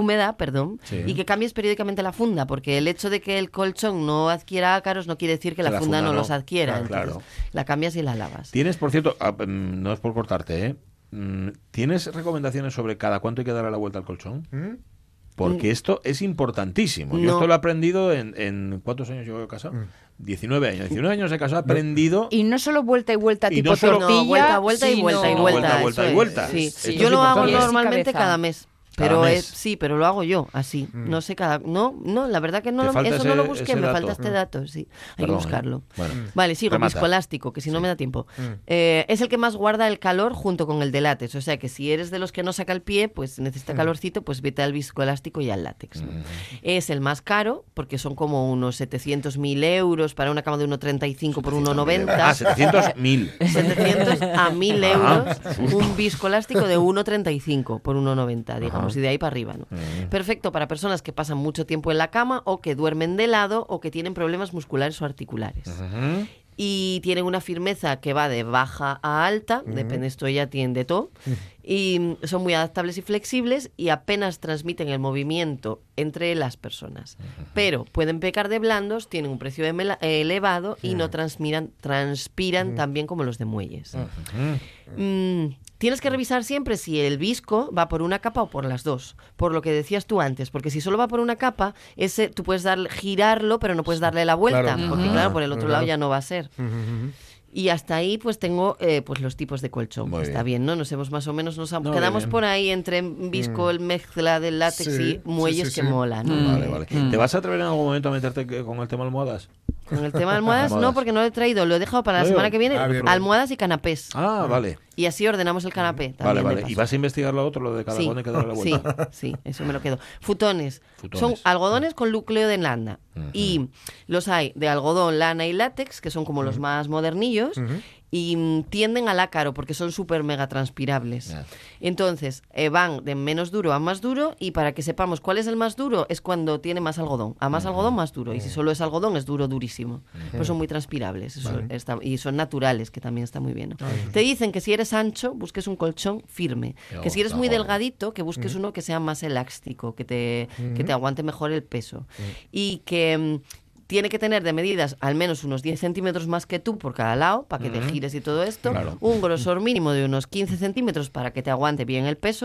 y que cambies periódicamente la funda, porque el hecho de que el colchón no adquiera ácaros no quiere decir que la funda no los adquiera. Entonces, la cambias y la lavas. Tienes, por cierto, no es por cortarte, ¿tienes recomendaciones sobre cada cuánto hay que darle la vuelta al colchón? Porque esto es importantísimo. Yo esto lo he aprendido en ¿cuántos años llevo casado? 19 años. 19 años de casado he aprendido... Y no solo vuelta y vuelta, y tipo no solo, tortilla, vuelta y vuelta. Sí. Yo lo hago normalmente cada mes. Pero pero lo hago yo así. No sé la verdad que no lo busqué, me falta este dato, sí. Hay que buscarlo. Bueno. Vale, sigo, viscoelástico, que si no me da tiempo. Es el que más guarda el calor junto con el de látex, o sea que si eres de los que no saca el pie, pues necesita calorcito, pues vete al viscoelástico y al látex. Es el más caro, porque son como unos 700.000 euros para una cama de 1,35 por 1,90. 700.000. 700 a 1.000 euros un viscoelástico de 1,35 por 1,90, digamos. Y de ahí para arriba, ¿no? Perfecto para personas que pasan mucho tiempo en la cama o que duermen de lado o que tienen problemas musculares o articulares. Y tienen una firmeza que va de baja a alta, depende, esto ya tiene de todo, y son muy adaptables y flexibles y apenas transmiten el movimiento entre las personas. Pero pueden pecar de blandos, tienen un precio elevado y no transpiran tan bien como los de muelles. Tienes que revisar siempre si el visco va por una capa o por las dos, por lo que decías tú antes, porque si solo va por una capa, tú puedes girarlo, pero no puedes darle la vuelta, porque claro, por el otro lado ya no va a ser. Y hasta ahí pues tengo pues los tipos de colchón. Está bien, ¿no? Nos quedamos por ahí entre visco, el mezcla del látex y muelles que mola, ¿no? Vale. ¿Te vas a atrever en algún momento a meterte con el tema almohadas? Con el tema de almohadas no, porque no lo he traído, lo he dejado para la semana que viene. Almohadas y canapés. Vale. Y así ordenamos el canapé. Vale. ¿Y vas a investigar lo otro, lo de cada uno hay que darle la vuelta? Sí, eso me lo quedo. Futones. Son algodones con núcleo de lana. Y los hay de algodón, lana y látex, que son como los más modernillos. Y tienden al ácaro porque son súper mega transpirables. Entonces, van de menos duro a más duro, y para que sepamos cuál es el más duro es cuando tiene más algodón. A más algodón, más duro. Y si solo es algodón, es duro, durísimo. Pero son muy transpirables. Y son naturales, que también está muy bien, ¿no? Te dicen que si eres ancho, busques un colchón firme. Que si eres muy delgadito, que busques uno que sea más elástico, que te aguante mejor el peso. Y que... tiene que tener de medidas al menos unos 10 centímetros más que tú por cada lado, para que te gires y todo esto. Un grosor mínimo de unos 15 centímetros para que te aguante bien el peso.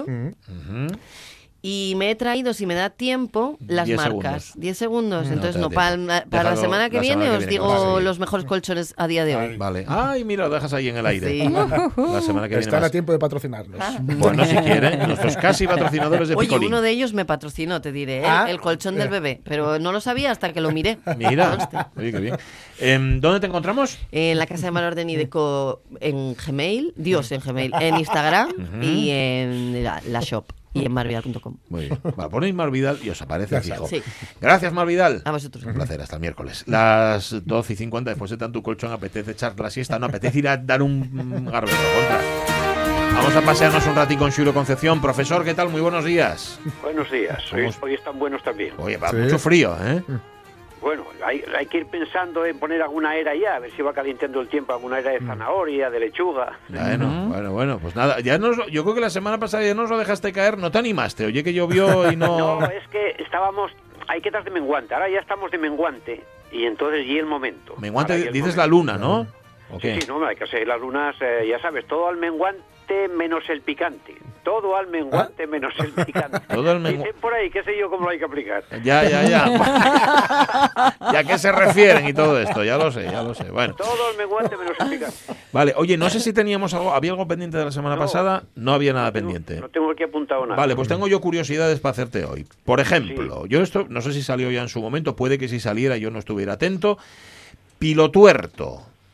Y me he traído, si me da tiempo, las marcas. 10 segundos. Entonces, para la semana que viene os digo los mejores colchones a día de hoy. Vale. Ay, mira, lo dejas ahí en el aire. Sí. La semana que viene están a tiempo de patrocinarnos. Bueno, si quieren, nuestros casi patrocinadores de Picolín. Oye, uno de ellos me patrocinó, te diré, el colchón del bebé. Pero no lo sabía hasta que lo miré. Mira, oye, qué bien. ¿Dónde te encontramos? En la Casa de Malorden y Deco en Gmail, en Instagram y en la shop. Y en marvidal.com. Muy bien. Ponéis Marvidal y os aparece fijo. Sí. Gracias, Marvidal. A vosotros. Un placer, hasta el miércoles. Las 12:50, después de tanto colchón, apetece echar la siesta, no apetece ir a dar un garbero contra. Vamos a pasearnos un ratito con Xulo Concepción. Profesor, ¿qué tal? Muy buenos días. Buenos días. Hoy están buenos también. Oye, mucho frío, ¿eh? Bueno, hay que ir pensando en poner alguna era ya, a ver si va calentando el tiempo, alguna era de zanahoria, de lechuga. Bueno, pues nada, yo creo que la semana pasada ya nos lo dejaste caer, no te animaste, oye que llovió y no... No, es que hay que estar de menguante, ahora ya estamos de menguante, y entonces y el momento. Menguante, dices la luna, ¿no? Sí, no, hay que seguir las lunas, ya sabes, todo al menguante menos el picante. Todo al menguante menos el picante. Todo al menguante. Dicen por ahí, qué sé yo cómo lo hay que aplicar. Ya. ¿Y a qué se refieren y todo esto? Ya lo sé. Bueno. Todo al menguante menos el picante. Vale, oye, no sé si teníamos ¿había algo pendiente de la semana pasada? No había nada pendiente. No tengo aquí apuntado nada. Vale, pues tengo yo curiosidades para hacerte hoy. Por ejemplo, yo esto, no sé si salió ya en su momento, puede que si saliera yo no estuviera atento. Pilotuerto.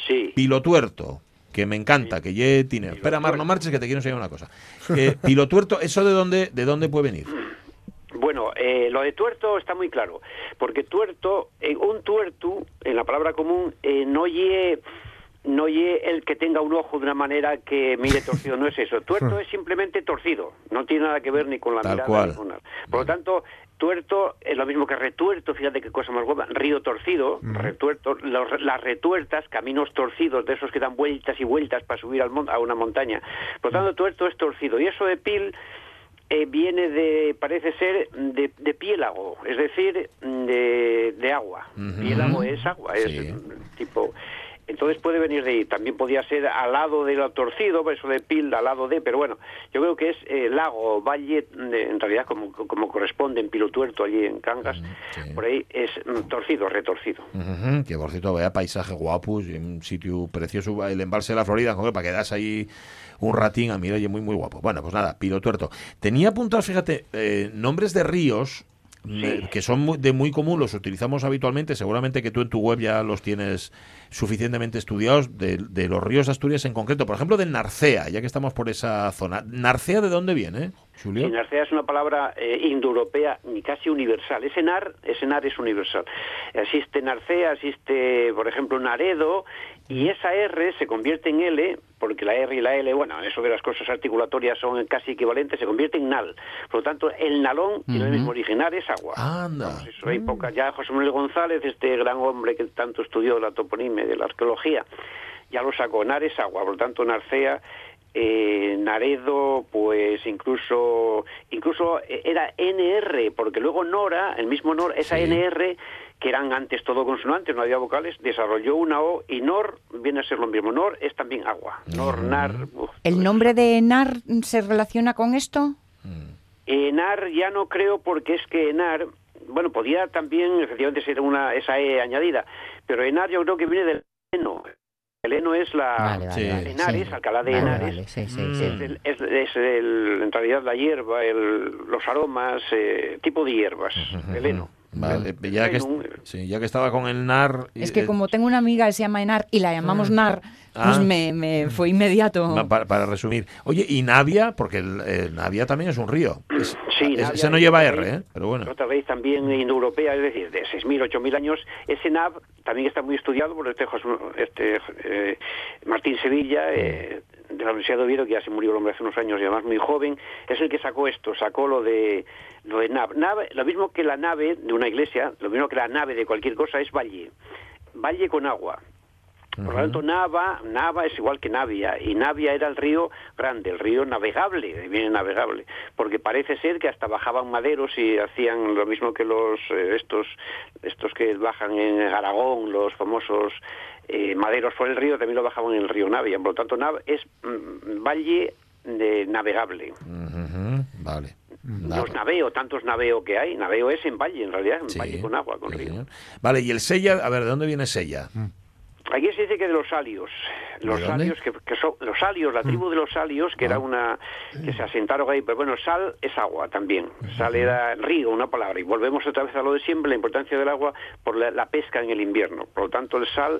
Sí. Pilotuerto, que me encanta, que ya tiene. Espera, Mar, no marches, que te quiero enseñar una cosa. Pilotuerto, ¿eso de dónde puede venir? Bueno, lo de tuerto está muy claro, porque tuerto, un tuerto, en la palabra común, no ye el que tenga un ojo de una manera que mire torcido, no es eso. Tuerto es simplemente torcido, no tiene nada que ver ni con la Tal mirada cual. ni con nada. Por lo tanto, tuerto es lo mismo que retuerto, fíjate qué cosa más guapa, río torcido, retuerto, las retuertas, caminos torcidos, de esos que dan vueltas y vueltas para subir a una montaña. Por lo tanto, tuerto es torcido. Y eso de pil viene parece ser de piélago, es decir, de agua. Piélago es agua, es tipo... Entonces puede venir de ahí. También podía ser al lado de lo torcido, por eso de pil, al lado de... Pero bueno, yo creo que es lago, valle, en realidad como corresponde en Pilotuerto, allí en Cangas, por ahí es torcido, retorcido. Que por cierto, vaya paisaje guapo, y un sitio precioso, el embalse de la Florida, para que quedas ahí un ratín a mirar, y muy, muy guapo. Bueno, pues nada, Pilotuerto. Tenía apuntados, fíjate, nombres de ríos... que son de muy común, los utilizamos habitualmente, seguramente que tú en tu web ya los tienes suficientemente estudiados, de los ríos de Asturias en concreto, por ejemplo de Narcea, ya que estamos por esa zona. ¿Narcea de dónde viene, Julio? Sí, Narcea es una palabra indoeuropea ni casi universal. Ese nar es universal. Existe Narcea, existe, por ejemplo, Naredo, y esa R se convierte en L, porque la R y la L, bueno, eso de las cosas articulatorias son casi equivalentes, se convierte en nal. Por lo tanto, el nalón tiene el mismo origen, nar es agua. Anda. Vamos, eso hay poca. Ya José Manuel González, este gran hombre que tanto estudió la toponimia de la arqueología, ya lo sacó, nar es agua, por lo tanto, Narcea... Naredo, pues incluso era NR, porque luego Nora, el mismo Nor, esa NR, que eran antes todo consonantes, no había vocales, desarrolló una O, y Nor viene a ser lo mismo. Nor es también agua. Nor, nar... ¿El nombre de Enar se relaciona con esto? Enar ya no creo, porque es que Enar, bueno, podía también efectivamente ser esa E añadida, pero Enar yo creo que viene del heno. El heno es Henares, Alcalá de Henares, es en realidad la hierba, los aromas, tipo de hierbas, el heno. Vale, ya que estaba con el nar... Es que como tengo una amiga que se llama Enar y la llamamos Nar, pues me fue inmediato. Para resumir. Oye, y Navia, porque Navia también es un río. Ese no Navia, lleva R, pero bueno. Otra vez también indoeuropea, es decir, de 6.000, 8.000 años. Ese Nav también está muy estudiado por Martín Sevilla, de la Universidad de Oviedo, que ya se murió el hombre hace unos años y además muy joven, es el que sacó lo de Nav. Lo mismo que la nave de una iglesia, lo mismo que la nave de cualquier cosa es valle con agua. Por lo tanto, Nava es igual que Navia, y Navia era el río grande, el río navegable, viene navegable, porque parece ser que hasta bajaban maderos y hacían lo mismo que estos que bajan en Aragón, los famosos maderos por el río, también lo bajaban en el río Navia. Por lo tanto, Nav es valle de navegable. Vale. Los tantos naveo que hay, naveo es en valle, en realidad, en valle con agua, con río. Vale, y el Sella, a ver, ¿de dónde viene Sella? Aquí se dice que de los salios. Los salios, que son los salios, la tribu de los salios, que era que se asentaron ahí. Pero bueno, sal es agua también. Sal era río, una palabra. Y volvemos otra vez a lo de siempre, la importancia del agua por la pesca en el invierno. Por lo tanto, el sal,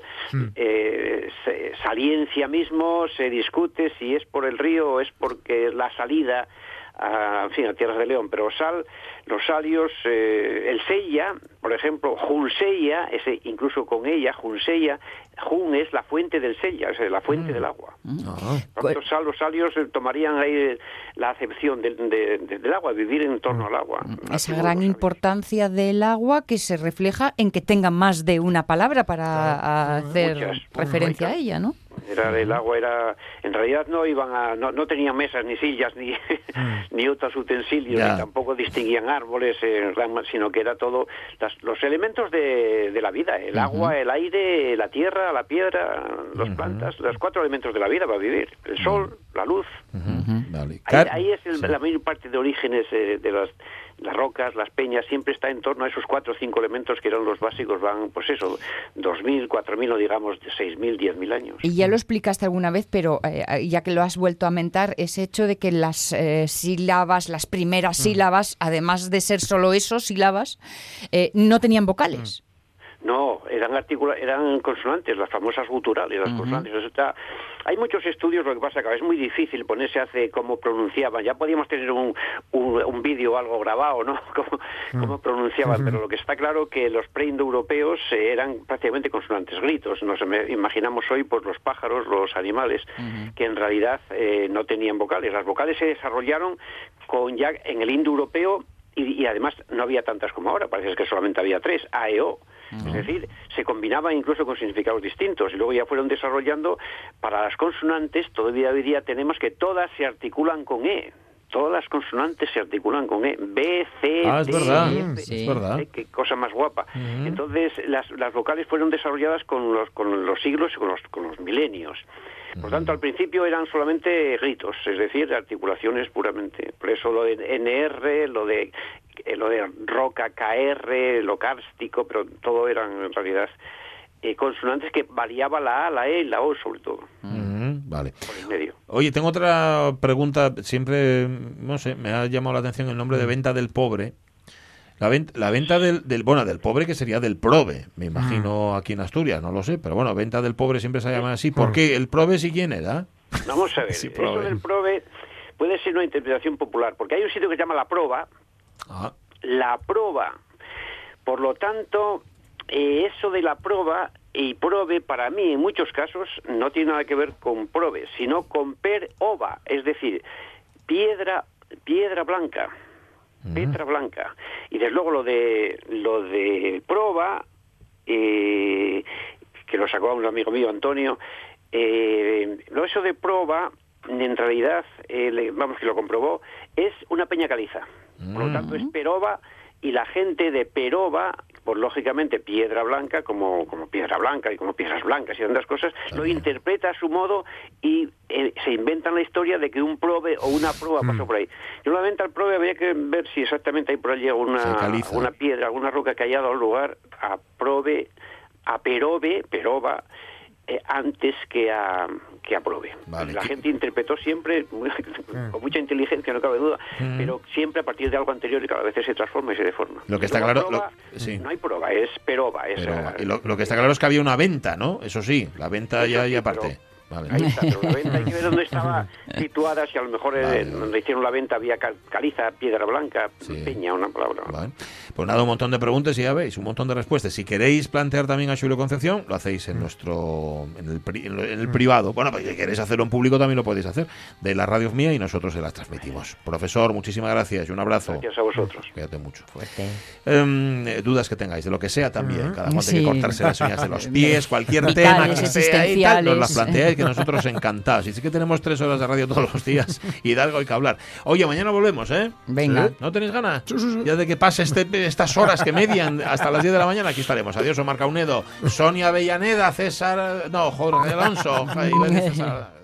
saliencia mismo, se discute si es por el río o es porque la salida a Tierras de León, pero los salios, el Sella, por ejemplo, Junseia, incluso con ella, Junseia, Jun es la fuente del Sella, es la fuente del agua. Por lo tanto, los salios tomarían ahí la acepción del agua, vivir en torno al agua. Esa gran importancia del agua que se refleja en que tenga más de una palabra para hacer referencia a ella, ¿no? El agua era, en realidad no tenían mesas ni sillas ni otros utensilios, ni tampoco distinguían árboles, sino que era todo los elementos de la vida, el agua, el aire, la tierra, la piedra, las plantas, los 4 elementos de la vida para vivir, el sol, la luz. Vale. Ahí es la mayor parte de orígenes de las rocas, las peñas, siempre está en torno a esos 4 o 5 elementos que eran los básicos, van, pues eso, 2.000, 4.000 o digamos 6.000, 10.000 años. Y ya lo explicaste alguna vez, pero ya que lo has vuelto a mentar, ese hecho de que las sílabas, las primeras sílabas, además de ser solo eso, sílabas, no tenían vocales. No, eran consonantes, las famosas guturales, las consonantes. Hay muchos estudios, lo que pasa que es muy difícil ponerse hace cómo pronunciaban. Ya podíamos tener un vídeo o algo grabado, ¿no? Cómo pronunciaban, pero lo que está claro que los preindoeuropeos eran prácticamente consonantes, gritos. Nos imaginamos hoy pues los pájaros, los animales, que en realidad no tenían vocales. Las vocales se desarrollaron ya en el indoeuropeo y además no había tantas como ahora, parece que solamente había 3, A, E, O. Es decir, se combinaban incluso con significados distintos y luego ya fueron desarrollando para las consonantes. Todavía hoy día tenemos que todas se articulan con E. Todas las consonantes se articulan con E. B, C, D, es verdad. F. Sí. Es verdad. Qué cosa más guapa. Entonces, las vocales fueron desarrolladas con los siglos y con los milenios. Por tanto, al principio eran solamente gritos, es decir, articulaciones puramente. Por eso lo de NR, lo de roca, KR, lo kárstico, pero todo eran en realidad consonantes que variaba la A, la E y la O sobre todo. Vale. Por el medio. Oye, tengo otra pregunta. Siempre, no sé, me ha llamado la atención el nombre de venta del pobre. La venta del pobre, que sería del prove, me imagino aquí en Asturias, no lo sé, pero bueno, venta del pobre siempre se llama así. ¿Por qué? ¿El prove sí quién era? Vamos a ver, Sí, eso del prove puede ser una interpretación popular, porque hay un sitio que se llama La Proba. La Proba. Por lo tanto, eso de la proba y prove, para mí, en muchos casos, no tiene nada que ver con prove, sino con per ova, es decir, piedra blanca. Petra blanca. Y desde luego lo de proba, que lo sacó un amigo mío, Antonio, eso de proba, en realidad, vamos, que lo comprobó, es una peña caliza. Por lo tanto, es perova, y la gente de perova, pues lógicamente piedra blanca, como piedra blanca y como piedras blancas y tantas cosas, lo interpreta a su modo y se inventan la historia de que un prove o una proba pasó por ahí. Yo normalmente al prove habría que ver si exactamente hay por allí alguna piedra, alguna roca que haya dado lugar a prove, a perova, antes que a prove. Vale, la gente interpretó siempre con mucha inteligencia, no cabe duda, pero siempre a partir de algo anterior y cada vez se transforma y se deforma. Lo que está claro, no hay proba, es perova. Y lo que está claro es que había una venta, ¿no? Eso sí, la venta ya aparte. Vale. Ahí está, pero la venta hay que ver dónde estaba situada, si a lo mejor donde hicieron la venta había caliza, piedra blanca, peña, una palabra. Vale. Pues nada, un montón de preguntas y ya veis, un montón de respuestas. Si queréis plantear también a Xulio Concepción, lo hacéis en el privado. Bueno, pues si queréis hacerlo en público también lo podéis hacer, de la radio mía, y nosotros se las transmitimos. Profesor, muchísimas gracias y un abrazo. Gracias a vosotros. Cuídate mucho. Dudas que tengáis, de lo que sea también. Cada uno tiene que cortarse las uñas de los pies, cualquier tema que sea y tal, nos las planteáis, que nosotros encantados. Y sí que tenemos 3 horas de radio todos los días y de algo hay que hablar. Oye, mañana volvemos, ¿eh? Venga. ¿No tenéis ganas? Ya de que pase estas horas que median hasta las 10 de la mañana, aquí estaremos. Adiós, Omar Caunedo, Sonia Avellaneda, Jorge Alonso,